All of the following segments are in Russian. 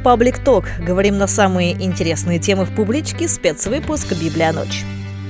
Public Talk. Говорим на самые интересные темы в публичке. Спецвыпуск «Библия ночь».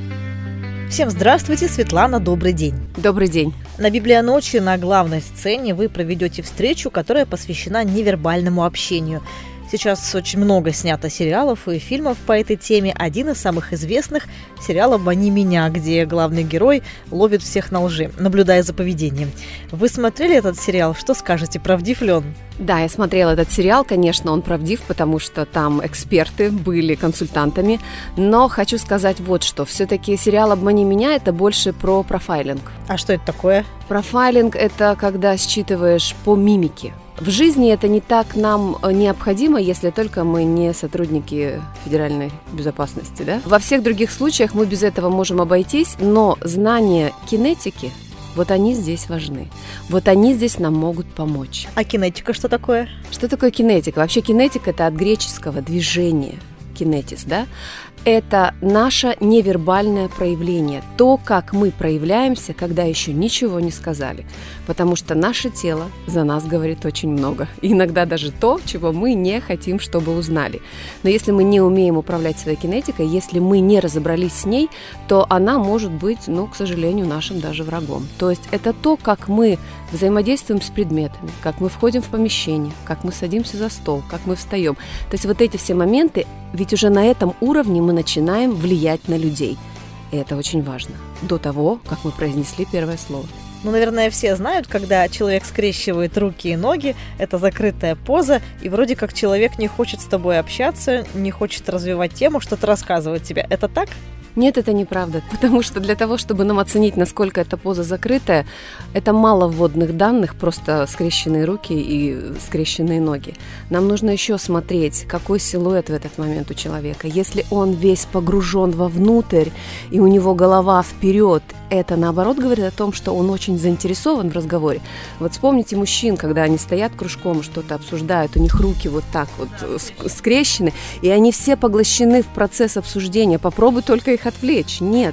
Всем здравствуйте, Светлана, добрый день. Добрый день. На «Библия ночи» на главной сцене вы проведете встречу, которая посвящена невербальному общению. Сейчас очень много снято сериалов и фильмов по этой теме. Один из самых известных – сериал «Обмани меня», где главный герой ловит всех на лжи, наблюдая за поведением. Вы смотрели этот сериал? Что скажете, правдив ли он? Да, я смотрела этот сериал, конечно, он правдив, потому что там эксперты были консультантами, но хочу сказать вот что, все-таки сериал «Обмани меня» – это больше про профайлинг. А что это такое? Профайлинг – это когда считываешь по мимике. В жизни это не так нам необходимо, если только мы не сотрудники федеральной безопасности, да? Во всех других случаях мы без этого можем обойтись, но знания кинетики, вот они здесь важны. Вот они здесь нам могут помочь. А кинетика что такое? Что такое кинетика? Вообще кинетика – это от греческого движение, кинетис, да? Это наше невербальное проявление, то, как мы проявляемся, когда еще ничего не сказали, потому что наше тело за нас говорит очень много, и иногда даже то, чего мы не хотим, чтобы узнали. Но если мы не умеем управлять своей кинетикой, если мы не разобрались с ней, то она может быть, к сожалению, нашим даже врагом. То есть это то, как мы взаимодействуем с предметами, как мы входим в помещение, как мы садимся за стол, как мы встаем. То есть вот эти все моменты, ведь уже на этом уровне мы начинаем влиять на людей. И это очень важно. До того, как мы произнесли первое слово. Наверное, все знают, когда человек скрещивает руки и ноги, это закрытая поза, и вроде как человек не хочет с тобой общаться, не хочет развивать тему, что-то рассказывать тебе. Это так? Нет, это неправда, потому что для того, чтобы нам оценить, насколько эта поза закрытая, это мало вводных данных, просто скрещенные руки и скрещенные ноги. Нам нужно еще смотреть, какой силуэт в этот момент у человека. Если он весь погружен вовнутрь, и у него голова вперед, это наоборот говорит о том, что он очень заинтересован в разговоре. Вот вспомните мужчин, когда они стоят кружком, что-то обсуждают, у них руки вот так вот скрещены, и они все поглощены в процесс обсуждения. Попробуй только их отвлечь. Нет.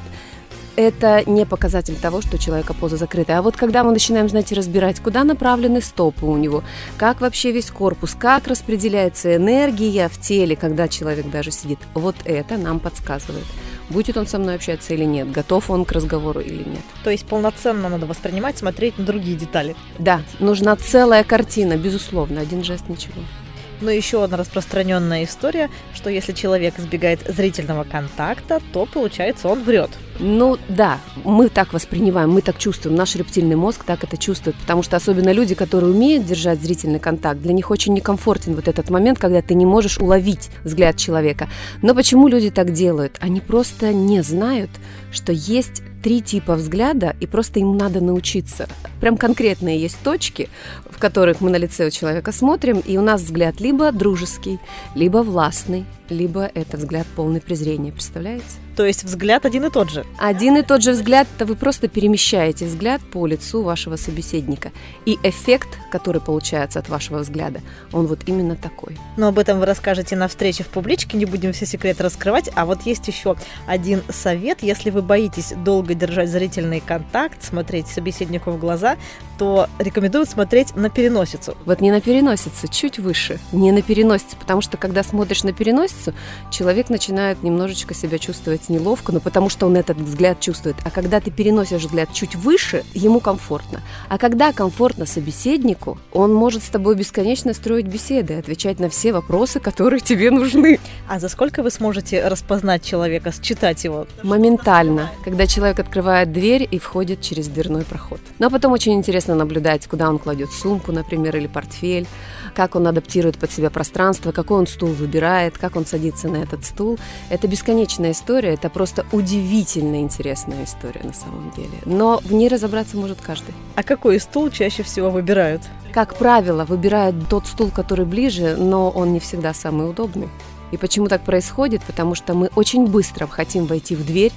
Это не показатель того, что у человека поза закрытая. А вот когда мы начинаем, разбирать, куда направлены стопы у него, как вообще весь корпус, как распределяется энергия в теле, когда человек даже сидит, вот это нам подсказывает, будет он со мной общаться или нет, готов он к разговору или нет. То есть полноценно надо воспринимать, смотреть на другие детали. Да, нужна целая картина, безусловно, один жест ничего. Но еще одна распространенная история, что если человек избегает зрительного контакта, то, получается, он врет. Да, мы так воспринимаем, мы так чувствуем, наш рептильный мозг так это чувствует, потому что особенно люди, которые умеют держать зрительный контакт, для них очень некомфортен вот этот момент, когда ты не можешь уловить взгляд человека. Но почему люди так делают? Они просто не знают, что есть 3 типа взгляда, и просто им надо научиться. Прям конкретные есть точки, в которых мы на лице у человека смотрим, и у нас взгляд либо дружеский, либо властный, либо это взгляд полный презрения, представляете? То есть взгляд один и тот же? Один и тот же взгляд, это вы просто перемещаете взгляд по лицу вашего собеседника. И эффект, который получается от вашего взгляда, он вот именно такой. Но об этом вы расскажете на встрече в публичке, не будем все секреты раскрывать. А вот есть еще один совет. Если вы боитесь долго держать зрительный контакт, смотреть собеседнику в глаза, то рекомендую смотреть на переносицу. Вот не на переносицу, чуть выше. Не на переносицу, потому что когда смотришь на переносицу, человек начинает немножечко себя чувствовать неловко, потому что он этот взгляд чувствует. А когда ты переносишь взгляд чуть выше, ему комфортно. А когда комфортно собеседнику, он может с тобой бесконечно строить беседы, отвечать на все вопросы, которые тебе нужны. А за сколько вы сможете распознать человека, считать его? Моментально, когда человек открывает дверь и входит через дверной проход. Но потом очень интересно наблюдать, куда он кладет сумку, например, или портфель, как он адаптирует под себя пространство, какой он стул выбирает, как он садится на этот стул. Это бесконечная история, это просто удивительно интересная история на самом деле. Но в ней разобраться может каждый. А какой стул чаще всего выбирают? Как правило, выбирают тот стул, который ближе, но он не всегда самый удобный. И почему так происходит? Потому что мы очень быстро хотим войти в дверь,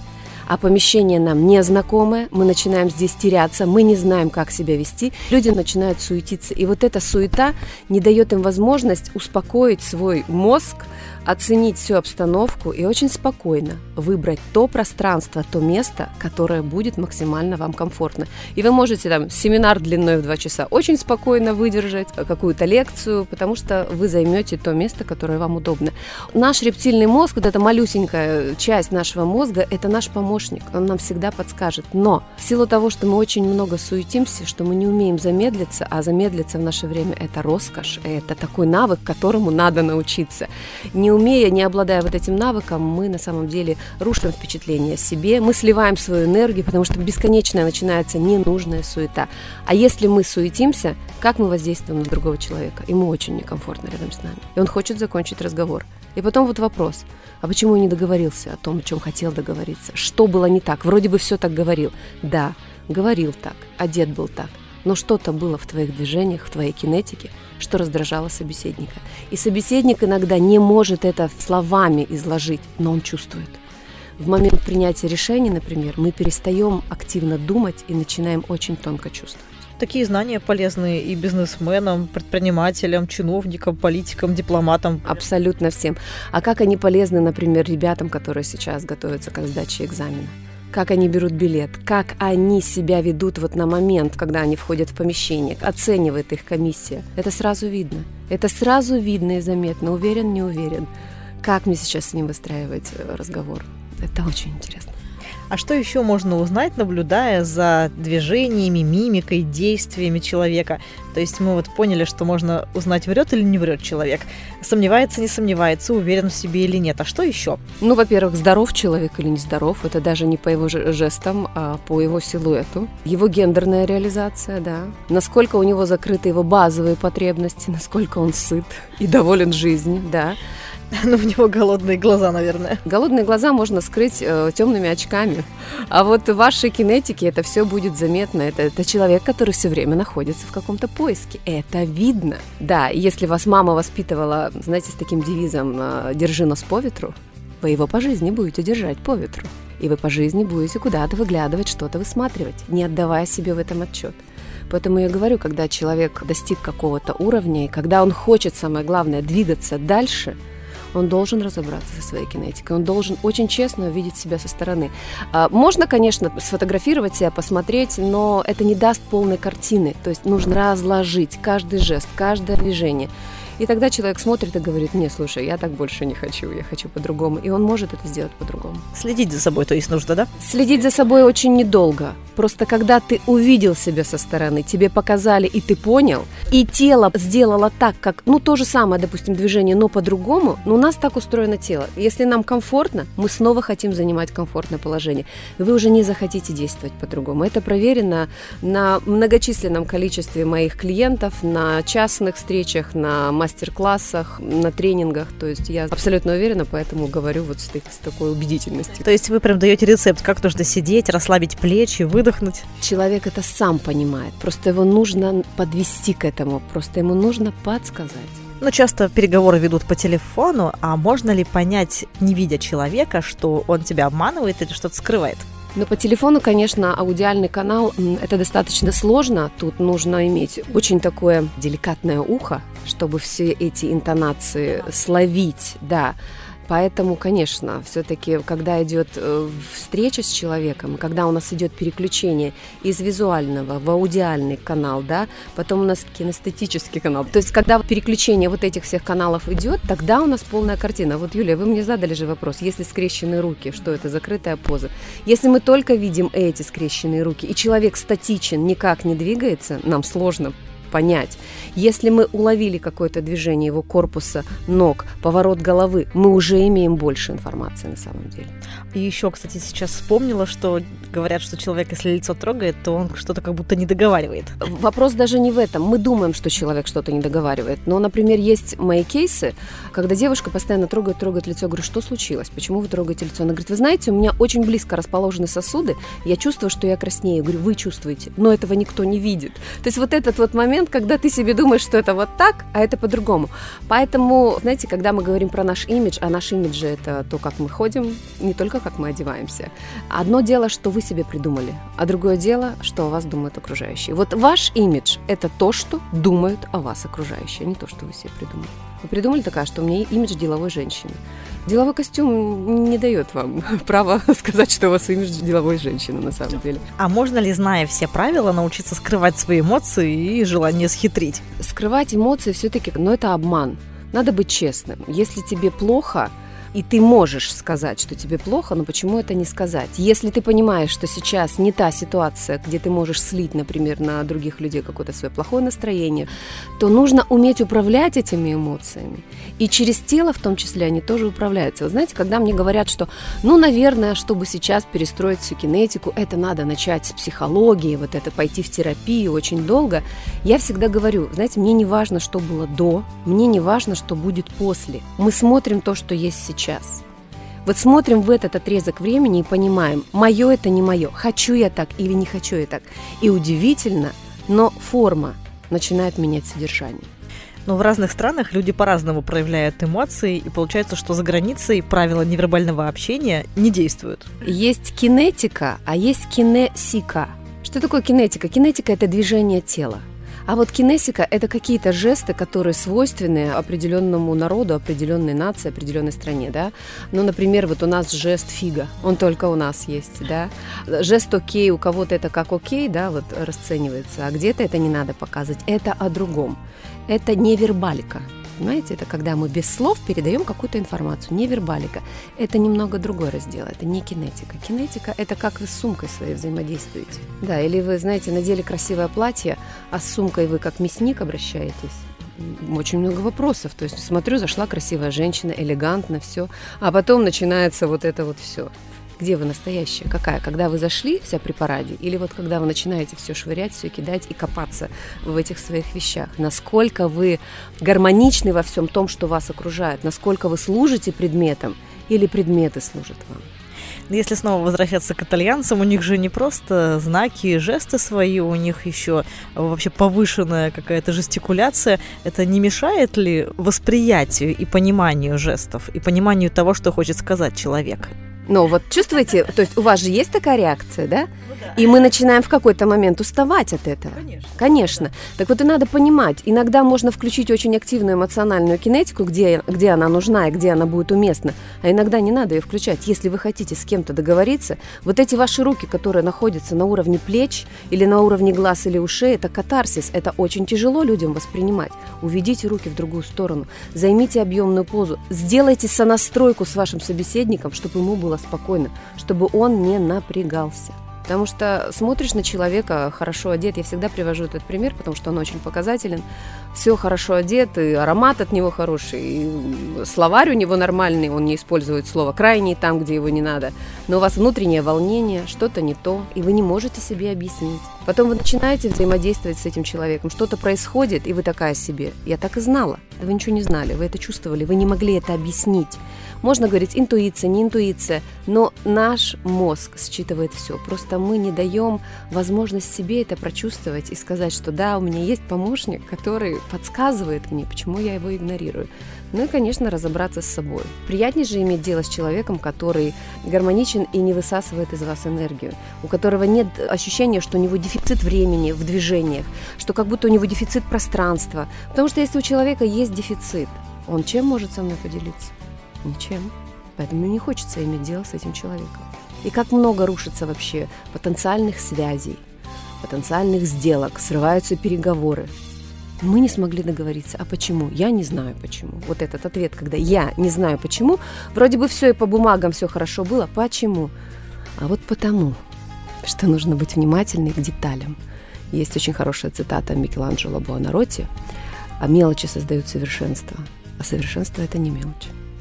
а помещение нам незнакомое, мы начинаем здесь теряться, мы не знаем, как себя вести, люди начинают суетиться. И вот эта суета не дает им возможность успокоить свой мозг, оценить всю обстановку и очень спокойно выбрать то пространство, то место, которое будет максимально вам комфортно. И вы можете там семинар длиной в 2 часа очень спокойно выдержать, какую-то лекцию, потому что вы займете то место, которое вам удобно. Наш рептильный мозг, вот эта малюсенькая часть нашего мозга, это наш помощник, он нам всегда подскажет. Но в силу того, что мы очень много суетимся, что мы не умеем замедлиться, а замедлиться в наше время – это роскошь, это такой навык, которому надо научиться. Не умея, не обладая вот этим навыком, мы на самом деле рушим впечатление о себе, мы сливаем свою энергию, потому что бесконечная начинается ненужная суета. А если мы суетимся, как мы воздействуем на другого человека? Ему очень некомфортно рядом с нами, и он хочет закончить разговор. И потом вот вопрос, а почему я не договорился о том, о чем хотел договориться? Что было не так? Вроде бы все так говорил. Да, говорил так, одет был так. Но что-то было в твоих движениях, в твоей кинетике, что раздражало собеседника. И собеседник иногда не может это словами изложить, но он чувствует. В момент принятия решений, например, мы перестаем активно думать и начинаем очень тонко чувствовать. Такие знания полезны и бизнесменам, предпринимателям, чиновникам, политикам, дипломатам. Абсолютно всем. А как они полезны, например, ребятам, которые сейчас готовятся к сдаче экзамена? Как они берут билет, как они себя ведут вот на момент, когда они входят в помещение, оценивает их комиссия. Это сразу видно. Это сразу видно и заметно. Уверен, не уверен. Как мне сейчас с ним выстраивать разговор? Это очень интересно. А что еще можно узнать, наблюдая за движениями, мимикой, действиями человека? То есть мы вот поняли, что можно узнать, врет или не врет человек, сомневается, не сомневается, уверен в себе или нет. А что еще? Ну, во-первых, здоров человек или не здоров, это даже не по его жестам, а по его силуэту. Его гендерная реализация, да. Насколько у него закрыты его базовые потребности, насколько он сыт и доволен жизнью, да. Ну, у него голодные глаза, наверное. Голодные глаза можно скрыть темными очками. А вот в вашей кинетике это все будет заметно. Это человек, который все время находится в каком-то поиске. Это видно. Да, если вас мама воспитывала, знаете, с таким девизом «держи нос по ветру», вы его по жизни будете держать по ветру. И вы по жизни будете куда-то выглядывать, что-то высматривать, не отдавая себе в этом отчет. Поэтому я говорю, когда человек достиг какого-то уровня, и когда он хочет, самое главное, двигаться дальше, он должен разобраться со своей кинетикой, он должен очень честно увидеть себя со стороны. Можно, конечно, сфотографировать себя, посмотреть, но это не даст полной картины. То есть нужно разложить каждый жест, каждое движение. И тогда человек смотрит и говорит: не, слушай, я так больше не хочу, я хочу по-другому. И он может это сделать по-другому. Следить за собой, то есть нужно, да? Следить за собой очень недолго. Просто когда ты увидел себя со стороны, тебе показали, и ты понял, и тело сделало так, как, то же самое, допустим, движение, но по-другому, у нас так устроено тело. Если нам комфортно, мы снова хотим занимать комфортное положение. Вы уже не захотите действовать по-другому. Это проверено на многочисленном количестве моих клиентов, на частных встречах, на мастер-классах, на тренингах. То есть я абсолютно уверена, поэтому говорю вот с такой убедительностью. То есть вы прям даете рецепт, как нужно сидеть, расслабить плечи, выдохнуть? Человек это сам понимает, просто его нужно подвести к этому, просто ему нужно подсказать. Но часто переговоры ведут по телефону, а можно ли понять, не видя человека, что он тебя обманывает или что-то скрывает? Но по телефону, конечно, аудиальный канал – это достаточно сложно. Тут нужно иметь очень такое деликатное ухо, чтобы все эти интонации словить, да. Поэтому, конечно, все-таки, когда идет встреча с человеком, когда у нас идет переключение из визуального в аудиальный канал, да, потом у нас кинестетический канал. То есть, когда переключение вот этих всех каналов идет, тогда у нас полная картина. Вот, Юлия, вы мне задали же вопрос, если скрещенные руки, что это, закрытая поза? Если мы только видим эти скрещенные руки, и человек статичен, никак не двигается, нам сложно понять. Если мы уловили какое-то движение его корпуса, ног, поворот головы, мы уже имеем больше информации на самом деле. И еще, кстати, сейчас вспомнила, что говорят, что человек, если лицо трогает, то он что-то как будто не договаривает. Вопрос даже не в этом. Мы думаем, что человек что-то не договаривает. Но, например, есть мои кейсы, когда девушка постоянно трогает лицо. Я говорю: что случилось? Почему вы трогаете лицо? Она говорит: вы знаете, у меня очень близко расположены сосуды, я чувствую, что я краснею. Я говорю: вы чувствуете, но этого никто не видит. То есть вот этот вот момент, момент, когда ты себе думаешь, что это вот так, а это по-другому. Поэтому, знаете, когда мы говорим про наш имидж, а наш имидж – это то, как мы ходим, не только как мы одеваемся. Одно дело, что вы себе придумали, а другое дело, что о вас думают окружающие. Вот ваш имидж – это то, что думают о вас окружающие, а не то, что вы себе придумали. Вы придумали такая, что у меня имидж деловой женщины. Деловой костюм не дает вам права сказать, что у вас имидж деловой женщины на самом деле. А можно ли, зная все правила, научиться скрывать свои эмоции и желание схитрить? Скрывать эмоции все-таки, это обман. Надо быть честным. Если тебе плохо, и ты можешь сказать, что тебе плохо, но почему это не сказать? Если ты понимаешь, что сейчас не та ситуация, где ты можешь слить, например, на других людей какое-то свое плохое настроение, то нужно уметь управлять этими эмоциями. И через тело, в том числе, они тоже управляются. Вы знаете, когда мне говорят, что, наверное, чтобы сейчас перестроить всю кинетику, это надо начать с психологии, это пойти в терапию очень долго, я всегда говорю, знаете, мне не важно, что было до, мне не важно, что будет после. Мы смотрим то, что есть сейчас. Вот смотрим в этот отрезок времени и понимаем, мое это не мое, хочу я так или не хочу я так. И удивительно, но форма начинает менять содержание. Но в разных странах люди по-разному проявляют эмоции, и получается, что за границей правила невербального общения не действуют. Есть кинетика, а есть кинесика. Что такое кинетика? Кинетика – это движение тела. А вот кинесика – это какие-то жесты, которые свойственны определенному народу, определенной нации, определенной стране, да. Например, у нас жест фига, он только у нас есть, да. Жест окей, у кого-то это как окей, да, расценивается, а где-то это не надо показывать, это о другом. Это невербалика. Понимаете, это когда мы без слов передаем какую-то информацию. Невербалика – это немного другой раздел, это не кинетика. Кинетика – это как вы с сумкой своей взаимодействуете. Да, или вы, знаете, надели красивое платье, а с сумкой вы как мясник обращаетесь. Очень много вопросов. То есть, смотрю, зашла красивая женщина, элегантно, все, а потом начинается это все. Где вы настоящая? Какая? Когда вы зашли вся при параде? Или когда вы начинаете все швырять, все кидать и копаться в этих своих вещах? Насколько вы гармоничны во всем том, что вас окружает? Насколько вы служите предметам? Или предметы служат вам? Если снова возвращаться к итальянцам, у них же не просто знаки и жесты свои, у них еще вообще повышенная какая-то жестикуляция. Это не мешает ли восприятию и пониманию жестов, и пониманию того, что хочет сказать человек? Чувствуете, то есть у вас же есть такая реакция, да? И мы начинаем в какой-то момент уставать от этого. Конечно. Так и надо понимать, иногда можно включить очень активную эмоциональную кинетику, где она нужна и где она будет уместна, а иногда не надо ее включать. Если вы хотите с кем-то договориться, эти ваши руки, которые находятся на уровне плеч или на уровне глаз или ушей, это катарсис, это очень тяжело людям воспринимать. Уведите руки в другую сторону, займите объемную позу, сделайте сонастройку с вашим собеседником, чтобы ему было спокойно, чтобы он не напрягался. Потому что смотришь на человека хорошо одет, я всегда привожу этот пример, потому что он очень показателен. Все хорошо одет, и аромат от него хороший, и словарь у него нормальный, он не использует слово «крайний» там, где его не надо. Но у вас внутреннее волнение, что-то не то, и вы не можете себе объяснить. Потом вы начинаете взаимодействовать с этим человеком, что-то происходит, и вы такая себе: «Я так и знала». Да вы ничего не знали, вы это чувствовали, вы не могли это объяснить. Можно говорить интуиция, не интуиция, но наш мозг считывает все. Просто мы не даем возможность себе это прочувствовать и сказать, что да, у меня есть помощник, который подсказывает мне, почему я его игнорирую. И, конечно, разобраться с собой. Приятнее же иметь дело с человеком, который гармоничен и не высасывает из вас энергию, у которого нет ощущения, что у него дефицит времени в движениях, что как будто у него дефицит пространства. Потому что если у человека есть дефицит, он чем может со мной поделиться? Ничем. Поэтому мне не хочется иметь дело с этим человеком. И как много рушится вообще потенциальных связей, потенциальных сделок, срываются переговоры. Мы не смогли договориться. А почему? Я не знаю почему. Этот ответ, когда я не знаю почему, вроде бы все и по бумагам все хорошо было. Почему? А потому, что нужно быть внимательной к деталям. Есть очень хорошая цитата Микеланджело Буонаротти: «А мелочи создают совершенство, а совершенство – это не мелочь».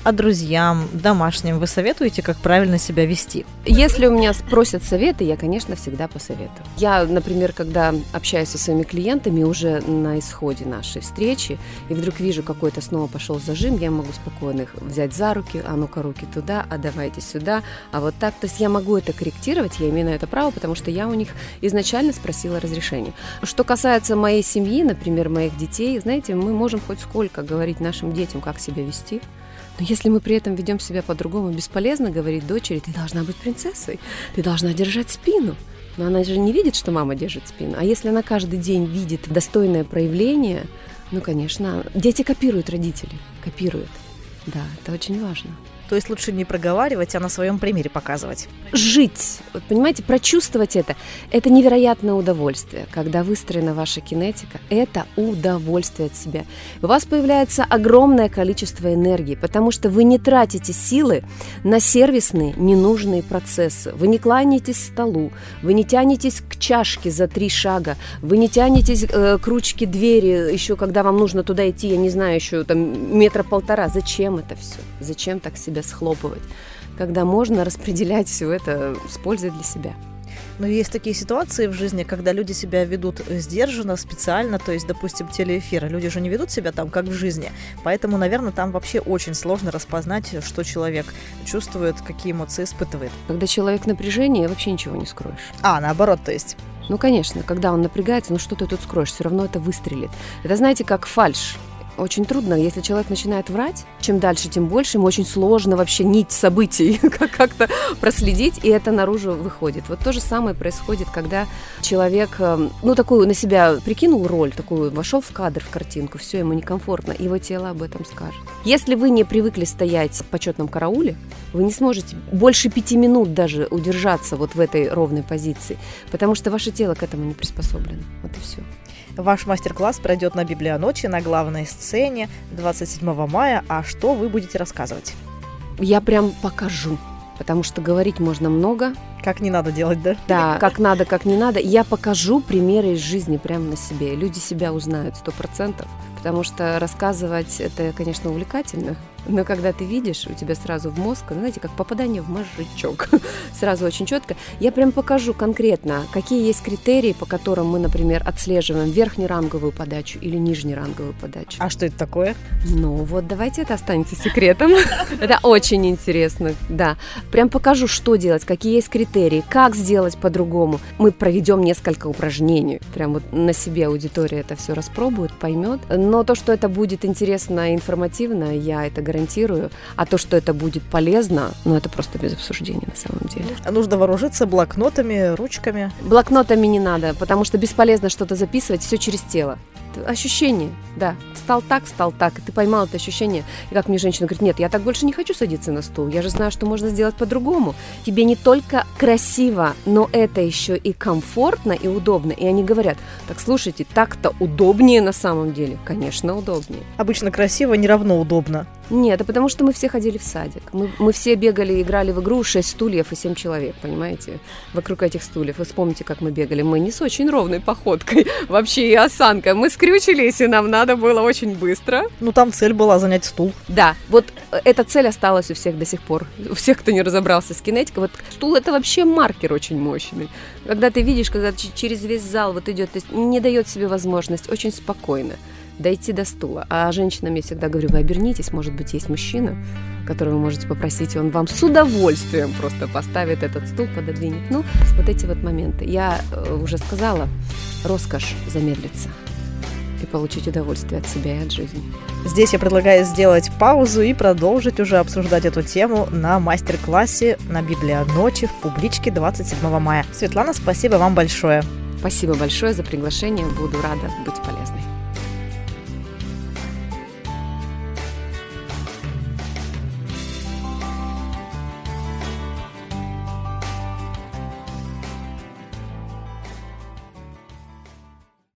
А друзьям, домашним вы советуете, как правильно себя вести? Если у меня спросят советы, я, конечно, всегда посоветую. Я, например, когда общаюсь со своими клиентами уже на исходе нашей встречи, и вдруг вижу, какой-то снова пошел зажим, я могу спокойно их взять за руки, а ну-ка руки туда, а давайте сюда, а вот так. То есть я могу это корректировать, я имею на это право, потому что я у них изначально спросила разрешение. Что касается моей семьи, например, моих детей, знаете, мы можем хоть сколько говорить нашим детям, как себя вести, но если мы при этом ведем себя по-другому, бесполезно говорить дочери: ты должна быть принцессой, ты должна держать спину. Но она же не видит, что мама держит спину. А если она каждый день видит достойное проявление, ну, конечно, дети копируют родителей, копируют. Да, это очень важно. То есть лучше не проговаривать, а на своем примере показывать. Жить, вот, понимаете, прочувствовать это невероятное удовольствие. Когда выстроена ваша кинетика, это удовольствие от себя. У вас появляется огромное количество энергии, потому что вы не тратите силы на сервисные ненужные процессы. Вы не кланяетесь к столу, вы не тянетесь к чашке за 3 шага, вы не тянетесь к ручке двери, еще когда вам нужно туда идти, я не знаю, еще там 1,5 метра. Зачем это все? Зачем так себя схлопывать, когда можно распределять все это с пользой для себя? Но есть такие ситуации в жизни, когда люди себя ведут сдержанно, специально, то есть, допустим, телеэфир. Люди же не ведут себя там, как в жизни. Поэтому, наверное, там вообще очень сложно распознать, что человек чувствует, какие эмоции испытывает. Когда человек в напряжении, вообще ничего не скроешь. Наоборот, то есть. Ну, конечно, когда он напрягается, что ты тут скроешь, все равно это выстрелит. Это, знаете, как фальшь. Очень трудно, если человек начинает врать, чем дальше, тем больше, ему очень сложно вообще нить событий как-то проследить, и это наружу выходит. Вот то же самое происходит, когда человек, такую на себя прикинул роль, такую вошел в кадр, в картинку, все, ему некомфортно, его тело об этом скажет. Если вы не привыкли стоять в почетном карауле, вы не сможете больше 5 минут даже удержаться вот в этой ровной позиции, потому что ваше тело к этому не приспособлено. Вот и все. Ваш мастер-класс пройдет на Библионочи на главной сцене 27 мая. А что вы будете рассказывать? Я прям покажу, потому что говорить можно много. Как не надо делать, да? Да, как надо, как не надо. Я покажу примеры из жизни прямо на себе. Люди себя узнают 100%, потому что рассказывать это, конечно, увлекательно. Но когда ты видишь, у тебя сразу в мозг, знаете, как попадание в мозжечок, сразу очень четко. Я прям покажу конкретно, какие есть критерии, по которым мы, например, отслеживаем верхнеранговую подачу или нижнеранговую подачу. А что это такое? Ну вот, давайте это останется секретом. Это очень интересно, да. Прям покажу, что делать, какие есть критерии, как сделать по-другому. Мы проведем несколько упражнений. Прям вот на себе аудитория это все распробует, поймет. Но то, что это будет интересно и информативно, я это гарантирую. А то, что это будет полезно, это просто без обсуждения на самом деле. Нужно вооружиться блокнотами, ручками. Блокнотами не надо, потому что бесполезно что-то записывать, все через тело. Ощущение, да. Встал так, и ты поймал это ощущение. И как мне женщина говорит: нет, я так больше не хочу садиться на стул, я же знаю, что можно сделать по-другому. Тебе не только красиво, но это еще и комфортно и удобно. И они говорят: так слушайте, так-то удобнее на самом деле. Конечно, удобнее. Обычно красиво не равно удобно. Нет, это потому что мы все ходили в садик. Мы все бегали, играли в игру 6 стульев и 7 человек, понимаете, вокруг этих стульев. Вы вспомните, как мы бегали. Мы не с очень ровной походкой, вообще и осанкой. Мы скрючились, и нам надо было очень быстро. Там цель была занять стул. Да, вот эта цель осталась у всех до сих пор. У всех, кто не разобрался с кинетикой. Вот стул – это вообще маркер очень мощный. Когда ты видишь, когда через весь зал вот идет, то есть не дает себе возможность очень спокойно дойти до стула. А женщинам я всегда говорю: вы обернитесь, может быть, есть мужчина, которого вы можете попросить, и он вам с удовольствием просто поставит этот стул, пододвинет. Вот эти вот моменты. Я уже сказала, роскошь замедлиться и получить удовольствие от себя и от жизни. Здесь я предлагаю сделать паузу и продолжить уже обсуждать эту тему на мастер-классе на Библионочи в Публичке 27 мая. Светлана, спасибо вам большое. Спасибо большое за приглашение. Буду рада быть полезной.